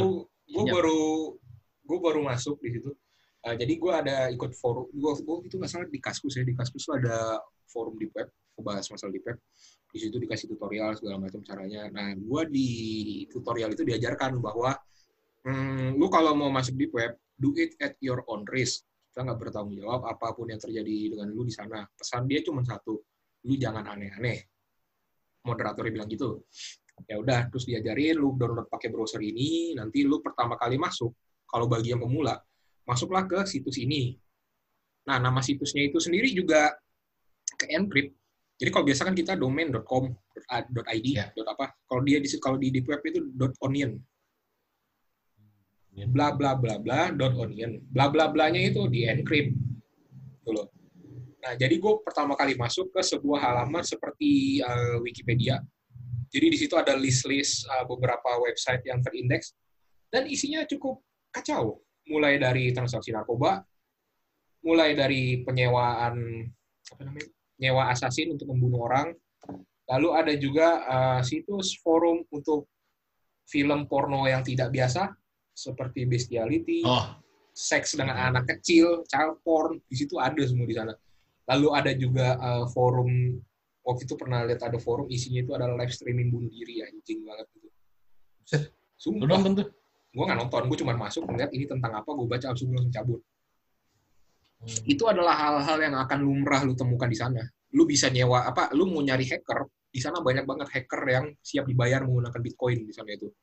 gue baru masuk di situ. Jadi gue ada ikut forum, gue itu nggak salah di Kaskus ya, di Kaskus itu ada forum deep web, bahas masalah deep web. Di situ dikasih tutorial segala macam caranya. Nah, gue di tutorial itu diajarkan bahwa lu kalau mau masuk deep web, do it at your own risk. Kita nggak bertanggung jawab apapun yang terjadi dengan lu di sana. Pesan dia cuma satu, lu jangan aneh-aneh. Moderatornya bilang gitu. Ya udah, terus diajarin, lu download pakai browser ini, nanti lu pertama kali masuk, kalau bagi yang pemula, masuklah ke situs ini. Nah, nama situsnya itu sendiri juga ke-encrypt. Jadi kalau biasa kan kita domain.com, .id, .apa. Kalau di deep web itu .onion. Bla bla bla bla .onion. Bla bla blanya itu di-encrypt. Gitu loh. Nah, jadi gue pertama kali masuk ke sebuah halaman seperti Wikipedia. Jadi di situ ada list-list beberapa website yang terindeks dan isinya cukup kacau. Mulai dari transaksi narkoba, mulai dari penyewaan nyewa assassin untuk membunuh orang. Lalu ada juga situs forum untuk film porno yang tidak biasa seperti bestiality, seks dengan anak kecil, child porn, di situ ada semua di sana. Lalu ada juga forum, waktu itu pernah lihat ada forum isinya itu adalah live streaming bunuh diri, anjing banget gitu. Sumpah. Lu nonton tuh? Gue nggak nonton, gue cuma masuk ngeliat ini tentang apa, gue baca langsung cabut. Itu adalah hal-hal yang akan lumrah lu temukan di sana. Lu bisa nyewa lu mau nyari hacker, di sana banyak banget hacker yang siap dibayar menggunakan Bitcoin di sana itu.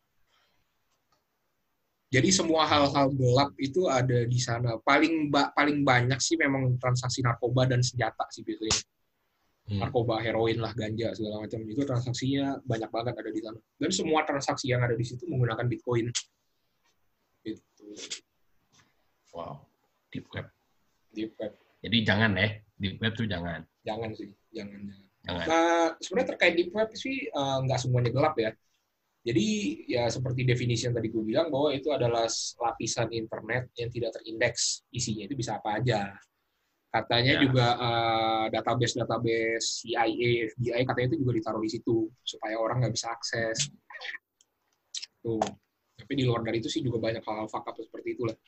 Jadi semua hal-hal gelap itu ada di sana. Paling banyak sih memang transaksi narkoba dan senjata sih biasanya. Narkoba, heroin lah, ganja segala macam itu transaksinya banyak banget ada di sana. Dan semua transaksi yang ada di situ menggunakan Bitcoin. Gitu. Wow, deep web. Deep web. Jadi jangan deep web tuh jangan. Jangan sih, jangan. Nah, sebenarnya terkait deep web sih nggak semuanya gelap ya. Jadi ya seperti definisi yang tadi gue bilang bahwa itu adalah lapisan internet yang tidak terindeks, isinya itu bisa apa aja. Katanya juga database CIA, FBI katanya itu juga ditaruh di situ supaya orang nggak bisa akses. Tuh. Tapi di luar dari itu sih juga banyak hal-hal fuck up seperti itulah.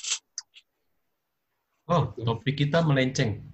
Topik kita melenceng.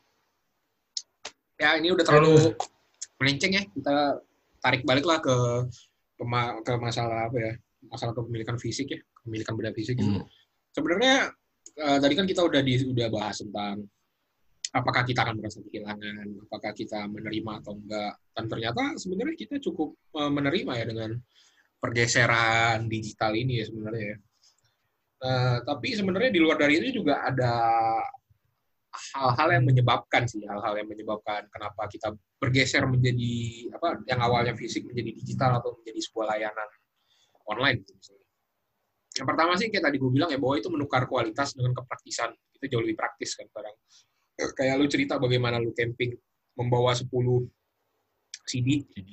Ya, ini udah terlalu melenceng ya. Kita tarik baliklah ke masalah apa ya? Masalah kepemilikan fisik ya, kepemilikan benda fisik. Sebenarnya tadi kan kita udah bahas tentang apakah kita akan merasa kehilangan, apakah kita menerima atau enggak. Dan ternyata sebenarnya kita cukup menerima ya dengan pergeseran digital ini ya sebenarnya ya. Tapi sebenarnya di luar dari itu juga ada hal-hal yang menyebabkan kenapa kita bergeser menjadi yang awalnya fisik menjadi digital atau menjadi sebuah layanan online misalnya. Yang pertama sih kayak tadi gue bilang ya, bahwa itu menukar kualitas dengan kepraktisan. Itu jauh lebih praktis kan sekarang. Kayak lu cerita bagaimana lu camping membawa 10 CD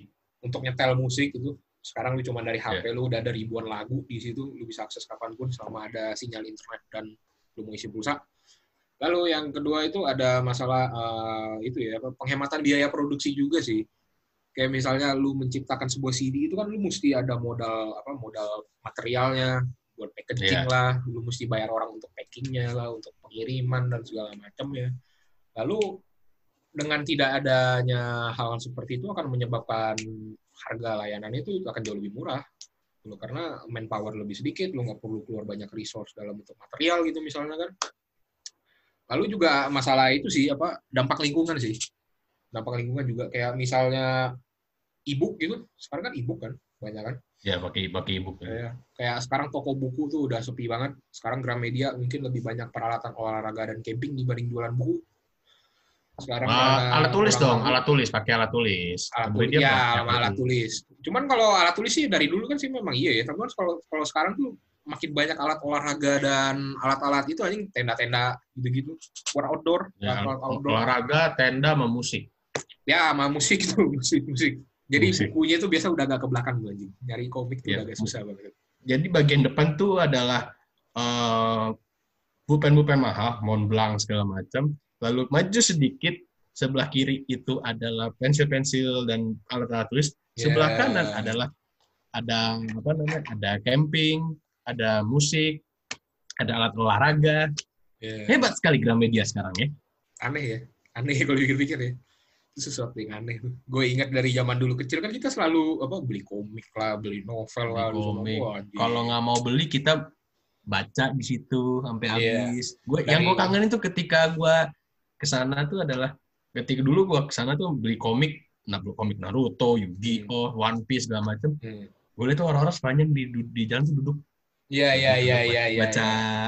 untuk nyetel musik itu. Sekarang lu cuma dari HP lu udah ada ribuan lagu di situ, lu bisa akses kapanpun selama ada sinyal internet dan lu mau isi pulsa. Lalu yang kedua itu ada masalah itu ya, penghematan biaya produksi juga sih. Kayak misalnya lu menciptakan sebuah CD itu kan lu mesti ada modal materialnya buat packaging lah, lu mesti bayar orang untuk packingnya lah, untuk pengiriman dan segala macam ya. Lalu dengan tidak adanya hal seperti itu akan menyebabkan harga layanan itu akan jauh lebih murah. Karena manpower lebih sedikit, lu nggak perlu keluar banyak resource dalam bentuk material gitu misalnya kan. Lalu juga masalah itu sih dampak lingkungan sih. Dampak lingkungan juga kayak misalnya e-book gitu. Sekarang kan e-book kan banyak kan. Ya, pakai e-book. Ya. Kayak sekarang toko buku tuh udah sepi banget. Sekarang Gramedia mungkin lebih banyak peralatan olahraga dan camping dibanding jualan buku. Sekarang alat tulis dong, pakai alat tulis. Alat tulis. Cuman kalau alat tulis sih dari dulu kan sih memang iya ya. Tapi kalau sekarang tuh makin banyak alat olahraga dan alat-alat itu anjing, tenda-tenda gitu-gitu buat outdoor. Ya, olahraga, tenda, sama musik. Ya, sama musik itu, musik. Jadi bukunya itu biasa udah agak ke belakang gue anjing. Nyari komik tuh udah agak susah banget. Jadi bagian depan tuh adalah pulpen mahal, Montblanc segala macam. Lalu maju sedikit, sebelah kiri itu adalah pensil-pensil dan alat-alat tulis. Sebelah kanan adalah ada camping, ada musik, ada alat olahraga. Hebat sekali Gramedia sekarang ya. Aneh kalau pikir-pikir ya. Itu sesuatu yang aneh. Gue ingat dari zaman dulu kecil kan kita selalu beli komik lah, beli novel lah. Kalau nggak mau beli kita baca di situ sampai habis. Yang gue kangen itu ketika gue kesana tuh adalah ketika dulu gue kesana tuh beli komik Naruto, Yu-Gi-Oh, One Piece segala macem. Gue lihat tuh orang-orang sepanjang di jalan tuh duduk. Iya. Baca.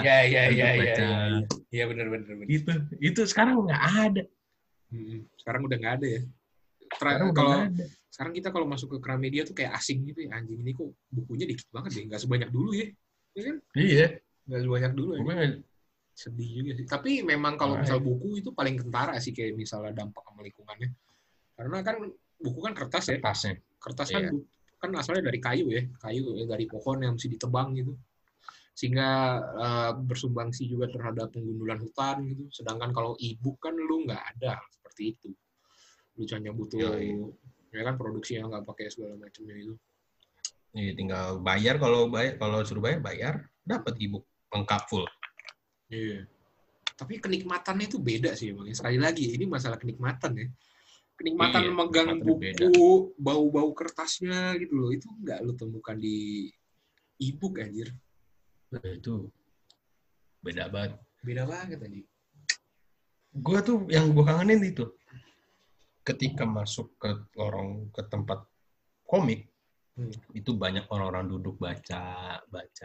Iya benar. Itu sekarang nggak ada. Sekarang udah nggak ada ya. Sekarang kita kalau masuk ke Gramedia tuh kayak asing gitu ya, anjing ini kok bukunya dikit banget deh, nggak sebanyak dulu ya. Iya. Nggak sebanyak dulu ya. Sedih juga sih. Tapi memang kalau misal buku itu paling kentara sih, kayak misalnya dampak sama lingkungannya. Karena kan buku kan kertas ya. Kertas kan asalnya dari kayu dari pohon yang mesti ditebang gitu. Sehingga bersumbangsi juga terhadap penggundulan hutan gitu. Sedangkan kalau e-book kan lu nggak ada seperti itu. Lu hanya butuh ya kan produksi yang nggak pakai segala macamnya itu. Iya, tinggal bayar kalau suruh bayar dapat e-book lengkap full. Iya. Tapi kenikmatannya itu beda sih Bang. Sekali lagi ini masalah kenikmatan ya. Kenikmatan megang buku, bau-bau kertasnya gitu loh. Itu nggak lu temukan di e-book anjir. Itu beda banget tadi. Gue tuh yang gue kangenin itu ketika masuk ke tempat komik itu banyak orang-orang duduk baca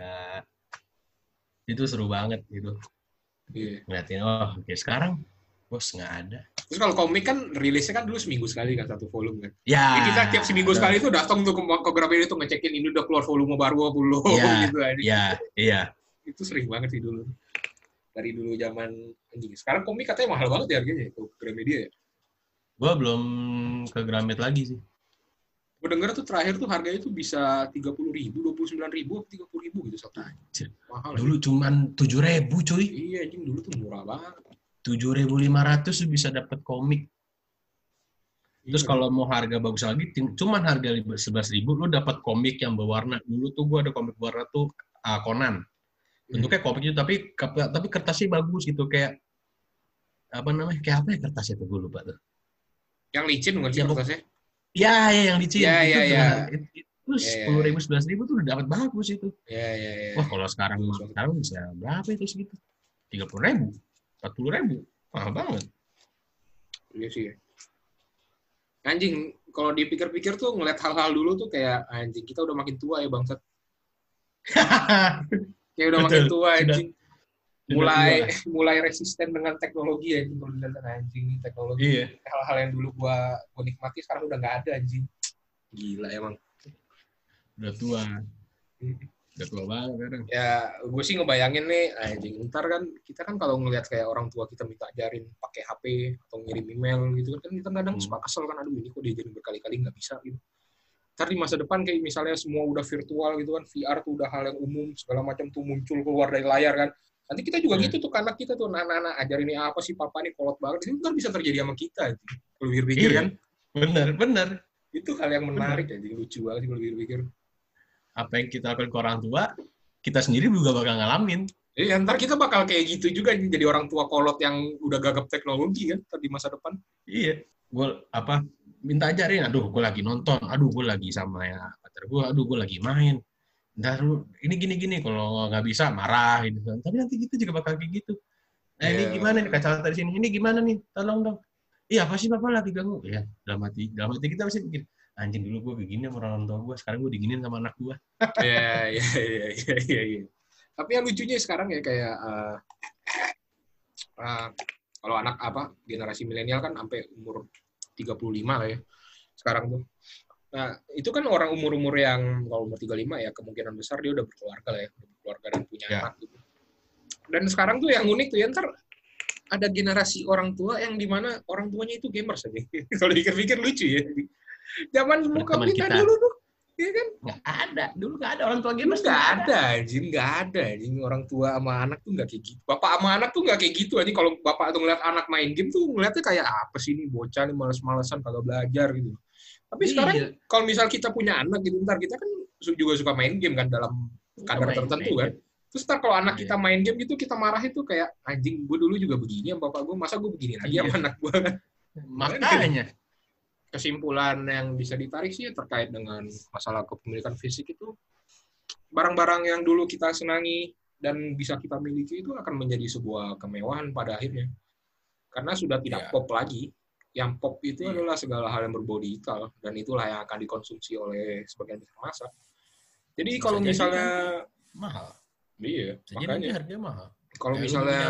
itu seru banget gitu. Ngeliatin oke sekarang bos nggak ada. Terus kalau komik kan rilisnya kan dulu seminggu sekali kan satu volume kan. Ya. Jadi kita tiap seminggu sekali tuh datang tuh ke Gramedia tuh ngecekin ini udah keluar volume baru gitu aja. Iya. Itu sering banget sih dulu. Dari dulu zaman anjing. Sekarang komik katanya mahal banget ya harganya ke Gramedia ya. Gua belum ke Gramet lagi sih. Gue denger tuh terakhir tuh harganya tuh bisa 30.000, 29.000, 30.000 gitu satu. Mahal. Dulu cuman 7.000 cuy. Iya anjing, dulu tuh murah banget. 7.500 tuh bisa dapat komik. Terus kalau mau harga bagus lagi, cuman harga 11.000 lu dapat komik yang berwarna. Dulu tuh gua ada komik berwarna tuh Conan. Bentuknya komik itu tapi kertasnya bagus gitu kayak apa namanya? Kayak apa ya kertasnya tuh gue lupa tuh. Yang licin bukan sih kertasnya? Iya, yang licin. Iya. Terus 10.000, 11.000 tuh udah dapat bagus itu. Iya. Wah, kalau sekarang bisa berapa itu segitu? 30.000, 40.000, mahal banget. Iya sih. Anjing, kalau dipikir-pikir tuh ngeliat hal-hal dulu tuh kayak anjing kita udah makin tua ya bangsat. Kayak udah makin tua anjing. Mulai resisten dengan teknologi ya anjing teknologi. Iya. Hal-hal yang dulu gua nikmati sekarang udah nggak ada anjing. Gila emang. Udah tua banget kadang. Ya, gue sih ngebayangin nih, anjing. Ntar kan kita kan kalau ngelihat kayak orang tua kita minta ajarin pakai HP atau ngirim email gitu kan kita kadang suka kesel kan, aduh ini kok diajarin berkali-kali nggak bisa gitu. Ntar di masa depan kayak misalnya semua udah virtual gitu kan, VR tuh udah hal yang umum, segala macam tuh muncul keluar dari layar kan. Nanti kita juga gitu tuh, anak kita tuh, anak-anak ajarin ini apa sih papa nih kolot banget. Itu ntar bisa terjadi sama kita. Kalau pikir-pikir kan. Bener. Itu hal yang menarik ya, lucu banget kalau pikir-pikir. Apa yang kita lakukan ke orang tua, kita sendiri juga bakal ngalamin. Iya, ntar kita bakal kayak gitu juga, jadi orang tua kolot yang udah gagap teknologi kan, ntar di masa depan. Iya. Gue minta ajarin, aduh gue lagi nonton, aduh gue lagi sama ya pacar gue, aduh gue lagi main. Ntar ini gini, kalau nggak bisa marah gitu. Tapi nanti kita juga bakal kayak gitu. Ini gimana nih kacamata di sini? Ini gimana nih? Tolong dong. Iya, apa sih papa lagi ganggu? Ya, dalam hati kita pasti pikir, anjing dulu gue begini sama orang tua gue, sekarang gue diginin sama anak gue. Iya. Tapi yang lucunya sekarang ya kayak kalau anak generasi milenial kan sampai umur 35 lah ya sekarang tuh. Nah, itu kan orang umur-umur yang kalau umur 35 ya kemungkinan besar dia udah berkeluarga lah ya, berkeluarga dan punya anak gitu. Dan sekarang tuh yang unik tuh ya, ntar ada generasi orang tua yang dimana orang tuanya itu gamers aja. Kalau dipikir-pikir lucu ya. Zaman muka kita dulu tuh, ya kan? Nggak ada. Dulu nggak ada orang tua gamers. Nggak ada. Jadi orang tua sama anak tuh nggak kayak gitu. Bapak sama anak tuh nggak kayak gitu. Jadi kalau bapak tuh ngeliat anak main game tuh ngeliatnya kayak apa sih ini bocah nih males-malesan kagak belajar gitu. Tapi sekarang kalau misal kita punya anak gitu, ntar kita kan juga suka main game kan dalam kadar tertentu kan. Terus ntar kalau anak kita main game gitu, kita marah itu kayak, anjing, gue dulu juga begini sama bapak gue, masa gue begini lagi sama anak gue kan. Makanya. Kesimpulan yang bisa ditarik sih terkait dengan masalah kepemilikan fisik itu, barang-barang yang dulu kita senangi dan bisa kita miliki itu akan menjadi sebuah kemewahan pada akhirnya. Karena sudah tidak pop lagi. Yang pop itu adalah segala hal yang berbau digital, dan itulah yang akan dikonsumsi oleh sebagian besar massa. Jadi kalau misalnya mahal. Iya, makanya harganya mahal. Kalau misalnya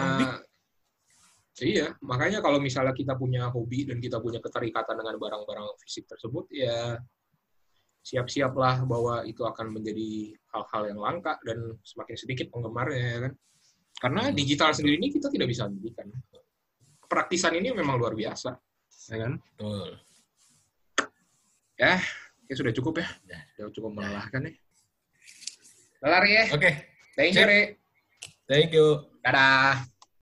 makanya kalau misalnya kita punya hobi dan kita punya keterikatan dengan barang-barang fisik tersebut, ya siap-siaplah bahwa itu akan menjadi hal-hal yang langka dan semakin sedikit penggemarnya, ya kan? Karena digital sendiri ini kita tidak bisa hentikan. Praktisan ini memang luar biasa, ya kan? Betul. Ya sudah cukup ya. Sudah cukup melelahkan ya. Kelar ya. Oke. Thank you, Re. Thank you. Dadah.